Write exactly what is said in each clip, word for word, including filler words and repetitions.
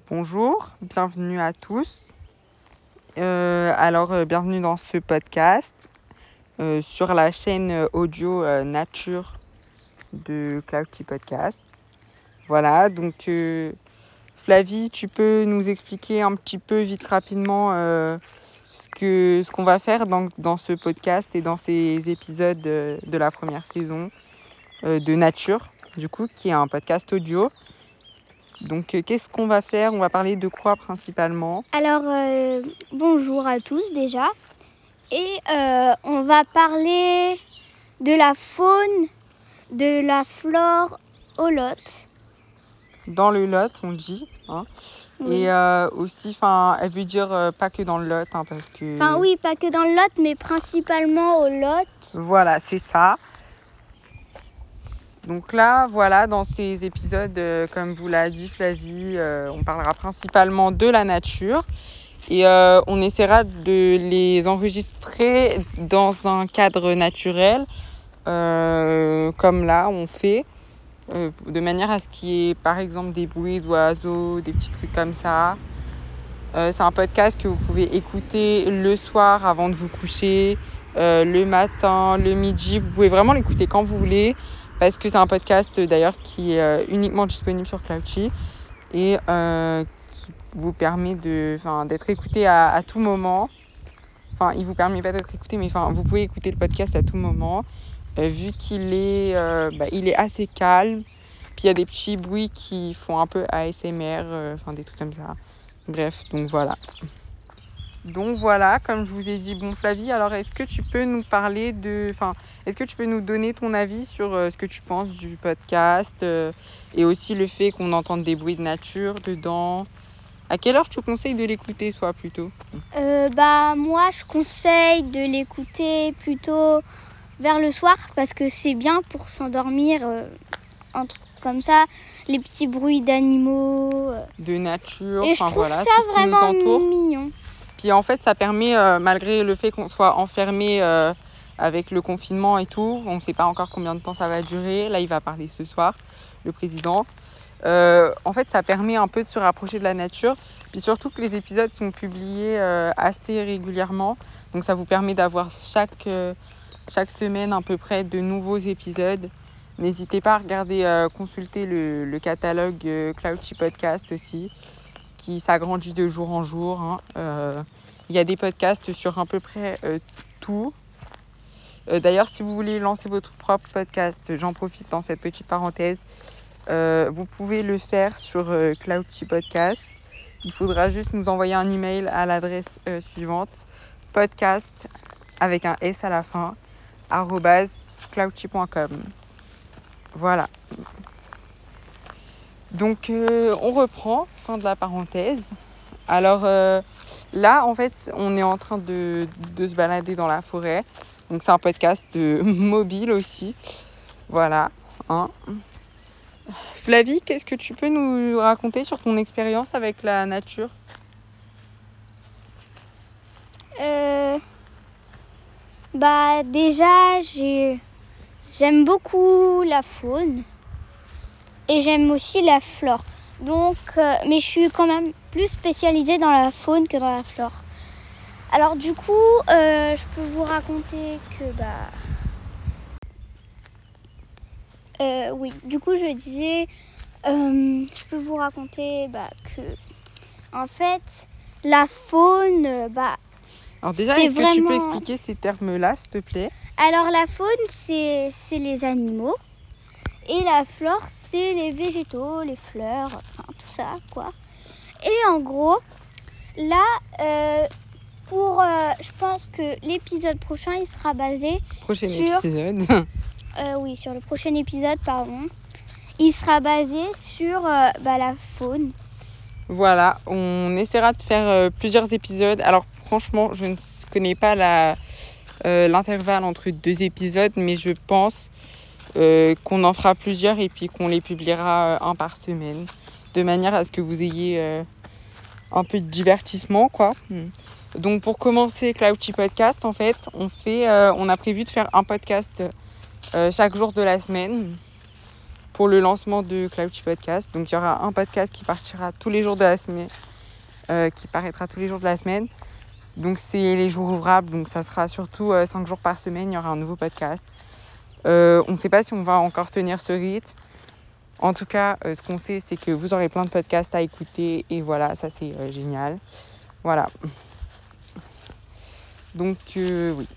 Bonjour, bienvenue à tous. Euh, alors, euh, bienvenue dans ce podcast euh, sur la chaîne audio euh, Nature de Clouty Podcast. Voilà, donc euh, Flavie, tu peux nous expliquer un petit peu vite rapidement euh, ce, que, ce qu'on va faire dans, dans ce podcast et dans ces épisodes euh, de la première saison euh, de Nature, du coup, qui est un podcast audio. Donc, euh, qu'est-ce qu'on va faire ? On va parler de quoi principalement ? Alors, euh, bonjour à tous déjà. Et euh, on va parler de la faune, de la flore au Lot. Dans le Lot, on dit. Hein. Oui. Et euh, aussi, enfin, elle veut dire euh, pas que dans le Lot, hein, parce que... Enfin oui, pas que dans le Lot, mais principalement au Lot. Voilà, c'est ça. Donc là, voilà, dans ces épisodes, euh, comme vous l'a dit Flavie, euh, on parlera principalement de la nature. Et euh, on essaiera de les enregistrer dans un cadre naturel, euh, comme là, on fait. Euh, de manière à ce qu'il y ait, par exemple, des bruits d'oiseaux, des petits trucs comme ça. Euh, c'est un podcast que vous pouvez écouter le soir avant de vous coucher, euh, le matin, le midi. Vous pouvez vraiment l'écouter quand vous voulez, parce que c'est un podcast d'ailleurs qui est euh, uniquement disponible sur Clouty et euh, qui vous permet de, d'être écouté à, à tout moment. Enfin, il vous permet pas d'être écouté, mais enfin, vous pouvez écouter le podcast à tout moment, euh, vu qu'il est, euh, bah, il est assez calme. Puis il y a des petits bruits qui font un peu A S M R, euh, enfin des trucs comme ça. Bref, donc voilà. Donc voilà, comme je vous ai dit, bon Flavie, alors est-ce que tu peux nous parler de... Enfin, est-ce que tu peux nous donner ton avis sur euh, ce que tu penses du podcast euh, et aussi le fait qu'on entende des bruits de nature dedans ? À quelle heure tu conseilles de l'écouter, toi, plutôt ? Euh, bah moi, je conseille de l'écouter plutôt vers le soir parce que c'est bien pour s'endormir, euh, un truc comme ça, les petits bruits d'animaux. Euh. De nature, Et je enfin trouve voilà, ça tout ce qui nous vraiment entoure. mignon. Puis en fait, ça permet, euh, malgré le fait qu'on soit enfermé euh, avec le confinement et tout, on ne sait pas encore combien de temps ça va durer. Là, il va parler ce soir, le président. Euh, en fait, ça permet un peu de se rapprocher de la nature. Puis surtout que les épisodes sont publiés euh, assez régulièrement. Donc ça vous permet d'avoir chaque, euh, chaque semaine à peu près de nouveaux épisodes. N'hésitez pas à regarder, euh, consulter le, le catalogue euh, Clouty Podcast aussi, qui s'agrandit de jour en jour. Hein. Euh, il y a des podcasts sur à peu près euh, tout. Euh, d'ailleurs, si vous voulez lancer votre propre podcast, j'en profite dans cette petite parenthèse. Euh, vous pouvez le faire sur euh, Clouty Podcast. Il faudra juste nous envoyer un email à l'adresse euh, suivante, podcast avec un S à la fin, arobase clouty point com. Voilà. Donc euh, on reprend, fin de la parenthèse. Alors euh, là, en fait, on est en train de, de se balader dans la forêt. Donc c'est un podcast euh, mobile aussi. Voilà. Hein. Flavie, qu'est-ce que tu peux nous raconter sur ton expérience avec la nature ? Euh, bah déjà, j'ai, j'aime beaucoup la faune et j'aime aussi la flore. Donc, euh, mais je suis quand même plus spécialisée dans la faune que dans la flore. Alors du coup, euh, je peux vous raconter que bah, euh, oui, du coup je disais, euh, je peux vous raconter bah, que en fait la faune, bah Alors déjà, c'est est-ce vraiment... que tu peux expliquer ces termes-là, s'il te plaît ? Alors la faune, c'est, c'est les animaux. Et la flore, c'est les végétaux, les fleurs, enfin tout ça, quoi. Et en gros, là, euh, pour, euh, je pense que l'épisode prochain, il sera basé Prochain sur... épisode. Euh, oui, sur le prochain épisode, pardon. Il sera basé sur euh, bah, la faune. Voilà, on essaiera de faire euh, plusieurs épisodes. Alors franchement, je ne connais pas la, euh, l'intervalle entre deux épisodes, mais je pense euh, qu'on en fera plusieurs et puis qu'on les publiera euh, un par semaine, de manière à ce que vous ayez euh, un peu de divertissement, quoi. Donc pour commencer Clouty Podcast, en fait, on fait, euh, on a prévu de faire un podcast euh, chaque jour de la semaine. pour le lancement de Cloudy Podcast. Donc il y aura un podcast qui partira tous les jours de la semaine, euh, qui paraîtra tous les jours de la semaine. Donc c'est les jours ouvrables, donc ça sera surtout euh, cinq jours par semaine, il y aura un nouveau podcast. Euh, on ne sait pas si on va encore tenir ce rythme. En tout cas, euh, ce qu'on sait, c'est que vous aurez plein de podcasts à écouter et voilà, ça c'est euh, génial. Voilà. Donc euh, oui.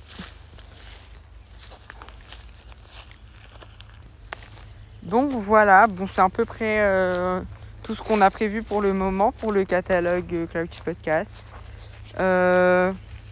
Donc voilà, bon, c'est à peu près euh, tout ce qu'on a prévu pour le moment pour le catalogue euh, Cloudy Podcast. Euh,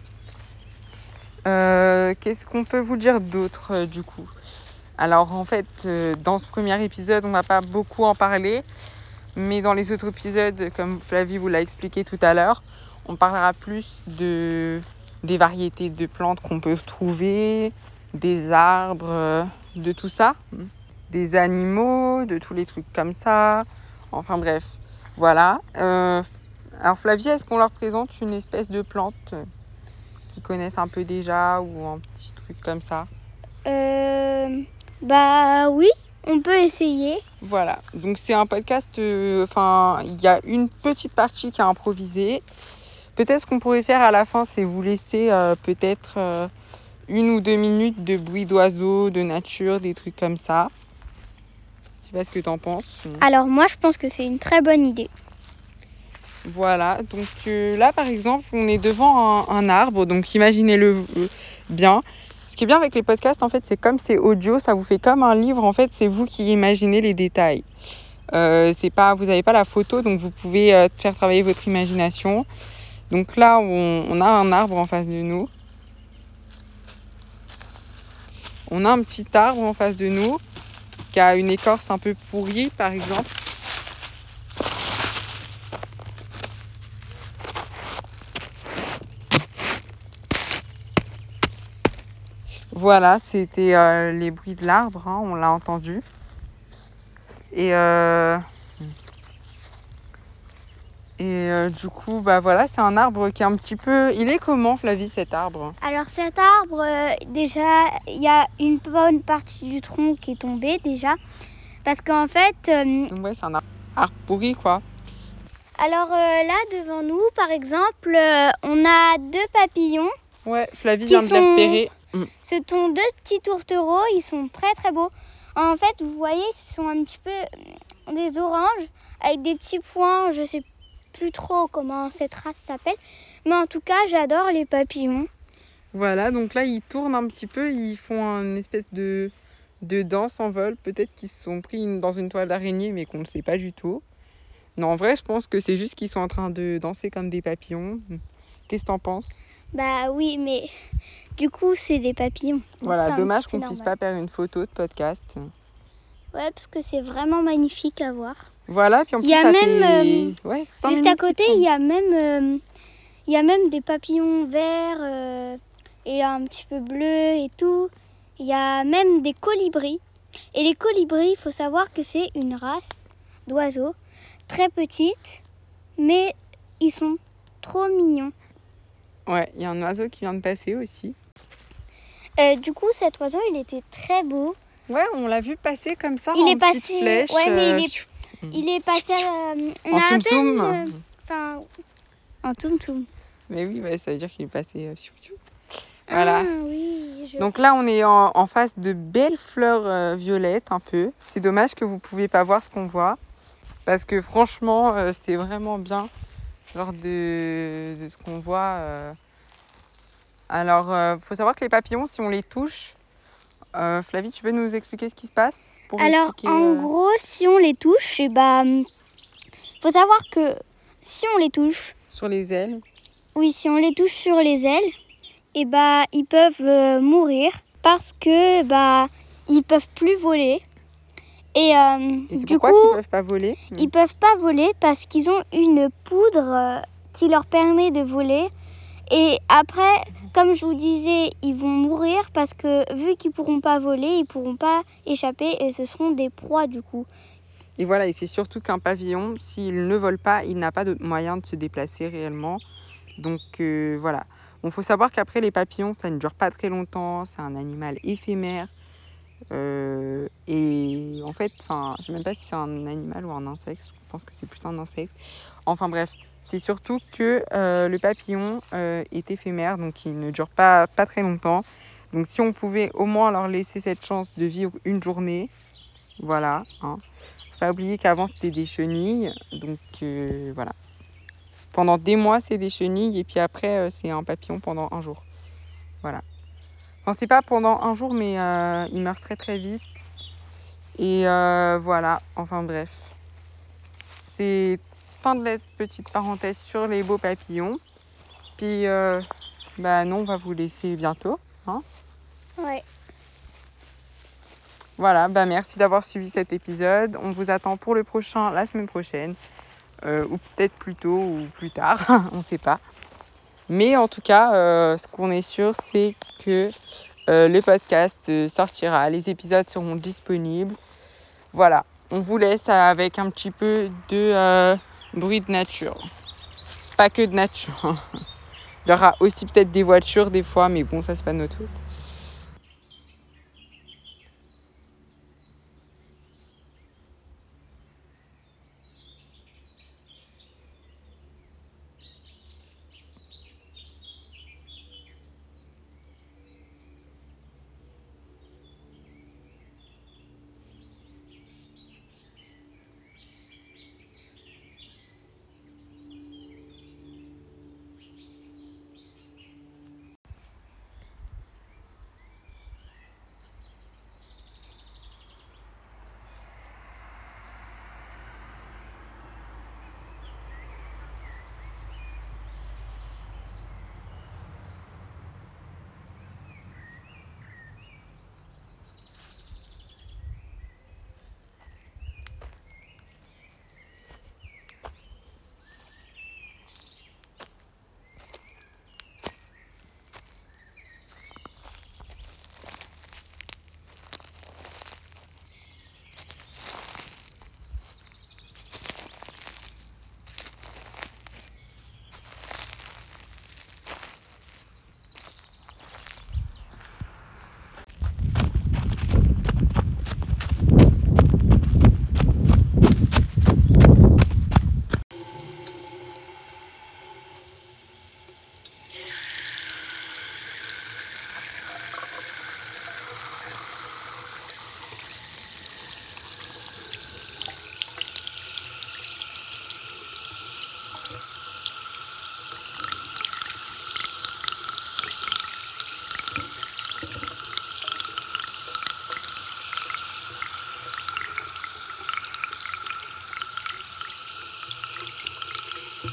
euh, qu'est-ce qu'on peut vous dire d'autre euh, du coup ? Alors en fait, euh, dans ce premier épisode, on ne va pas beaucoup en parler, mais dans les autres épisodes, comme Flavie vous l'a expliqué tout à l'heure, on parlera plus de, des variétés de plantes qu'on peut trouver, des arbres, euh, de tout ça. Des animaux, de tous les trucs comme ça. Enfin bref, voilà. Euh, alors Flavie, est-ce qu'on leur présente une espèce de plante qu'ils connaissent un peu déjà ou un petit truc comme ça ? Euh, bah oui, on peut essayer. Voilà, donc c'est un podcast, enfin, euh, il y a une petite partie qui est improvisée. Peut-être ce qu'on pourrait faire à la fin, c'est vous laisser euh, peut-être euh, une ou deux minutes de bruit d'oiseaux, de nature, des trucs comme ça. Je sais pas ce que tu en penses. Alors moi, je pense que c'est une très bonne idée. Voilà, donc euh, là par exemple, on est devant un, un arbre, donc imaginez-le euh, bien. Ce qui est bien avec les podcasts, en fait, c'est comme c'est audio, ça vous fait comme un livre. En fait, c'est vous qui imaginez les détails. Euh, c'est pas, vous n'avez pas la photo, donc vous pouvez euh, faire travailler votre imagination. Donc là, on, on a un arbre en face de nous. On a un petit arbre en face de nous qui a une écorce un peu pourrie, par exemple. Voilà, c'était euh, les bruits de l'arbre, hein, on l'a entendu. Et, euh, et euh, du coup, bah voilà, c'est un arbre qui est un petit peu... Il est comment, Flavie, cet arbre ? Alors cet arbre, euh, déjà, il y a une bonne partie du tronc qui est tombée déjà. Parce qu'en fait... Euh, Ouais, c'est un arbre, arbre pourri, quoi. Alors euh, là, devant nous, par exemple, euh, on a deux papillons. Ouais, Flavie vient de sont... les repérer. Ce sont deux petits tourtereaux, ils sont très très beaux. En fait, vous voyez, ce sont un petit peu des oranges avec des petits points, je sais plus trop comment cette race s'appelle. Mais en tout cas, j'adore les papillons. Voilà, donc là, ils tournent un petit peu, ils font une espèce de, de danse en vol. Peut-être qu'ils se sont pris une, dans une toile d'araignée, mais qu'on ne sait pas du tout. Non, en vrai, je pense que c'est juste qu'ils sont en train de danser comme des papillons. Qu'est-ce que t'en penses ? Bah oui, mais du coup, c'est des papillons. Voilà, dommage qu'on ne puisse pas faire une photo de podcast. Ouais, parce que c'est vraiment magnifique à voir. Voilà, puis en plus, il y a ça même, fait... euh, ouais, juste à côté, il y a même, euh, il y a même des papillons verts euh, et un petit peu bleus et tout. Il y a même des colibris. Et les colibris, il faut savoir que c'est une race d'oiseaux très petite, mais ils sont trop mignons. Ouais, il y a un oiseau qui vient de passer aussi. Euh, du coup, cet oiseau, il était très beau. Ouais, on l'a vu passer comme ça, il en est petite passé... flèche. Ouais, mais euh... il est, il est passé... Euh, on en a toum à peine... toum. Enfin, euh, en toum toum. Mais oui, ouais, ça veut dire qu'il est passé... Euh... Voilà. Ah, oui, je... Donc là, on est en, en face de belles fleurs euh, violettes, un peu. C'est dommage que vous ne pouvez pas voir ce qu'on voit. Parce que franchement, euh, c'est vraiment bien. Genre de, de ce qu'on voit. Euh... Alors, il euh, faut savoir que les papillons, si on les touche... Euh, Flavie, tu peux nous expliquer ce qui se passe pour Alors, expliquer, en euh... gros, si on les touche, il bah, faut savoir que si on les touche... Sur les ailes. Oui, si on les touche sur les ailes, et bah, ils peuvent euh, mourir parce que bah, ils peuvent plus voler. Et, euh, Et c'est du pourquoi coup, ils peuvent pas voler ? Ils peuvent pas voler parce qu'ils ont une poudre euh, qui leur permet de voler. Et après, comme je vous disais, ils vont mourir parce que vu qu'ils pourront pas voler, ils pourront pas échapper et ce seront des proies du coup. Et voilà, et c'est surtout qu'un pavillon, s'il ne vole pas, il n'a pas de moyen de se déplacer réellement. Donc euh, voilà. Bon, faut savoir qu'après les papillons, ça ne dure pas très longtemps, c'est un animal éphémère. Euh, et en fait, enfin, je sais même pas si c'est un animal ou un insecte. Je pense que c'est plus un insecte. Enfin bref, c'est surtout que euh, le papillon euh, est éphémère, donc il ne dure pas, pas très longtemps. Donc si on pouvait au moins leur laisser cette chance de vivre une journée, voilà. Hein. Faut pas oublier qu'avant c'était des chenilles, donc euh, voilà. Pendant des mois c'est des chenilles et puis après euh, c'est un papillon pendant un jour. Voilà. Enfin c'est pas pendant un jour mais euh, il meurt très très vite. Et euh, voilà, enfin bref. C'est fin de la petite parenthèse sur les beaux papillons. Puis euh, bah non, on va vous laisser bientôt. Hein. Ouais. Voilà, bah merci d'avoir suivi cet épisode. On vous attend pour le prochain la semaine prochaine. Euh, ou peut-être plus tôt ou plus tard, on ne sait pas. Mais en tout cas, euh, ce qu'on est sûr, c'est que euh, le podcast sortira. Les épisodes seront disponibles. Voilà, on vous laisse avec un petit peu de euh, bruit de nature. Pas que de nature. Il y aura aussi peut-être des voitures des fois, mais bon, ça c'est pas de notre faute.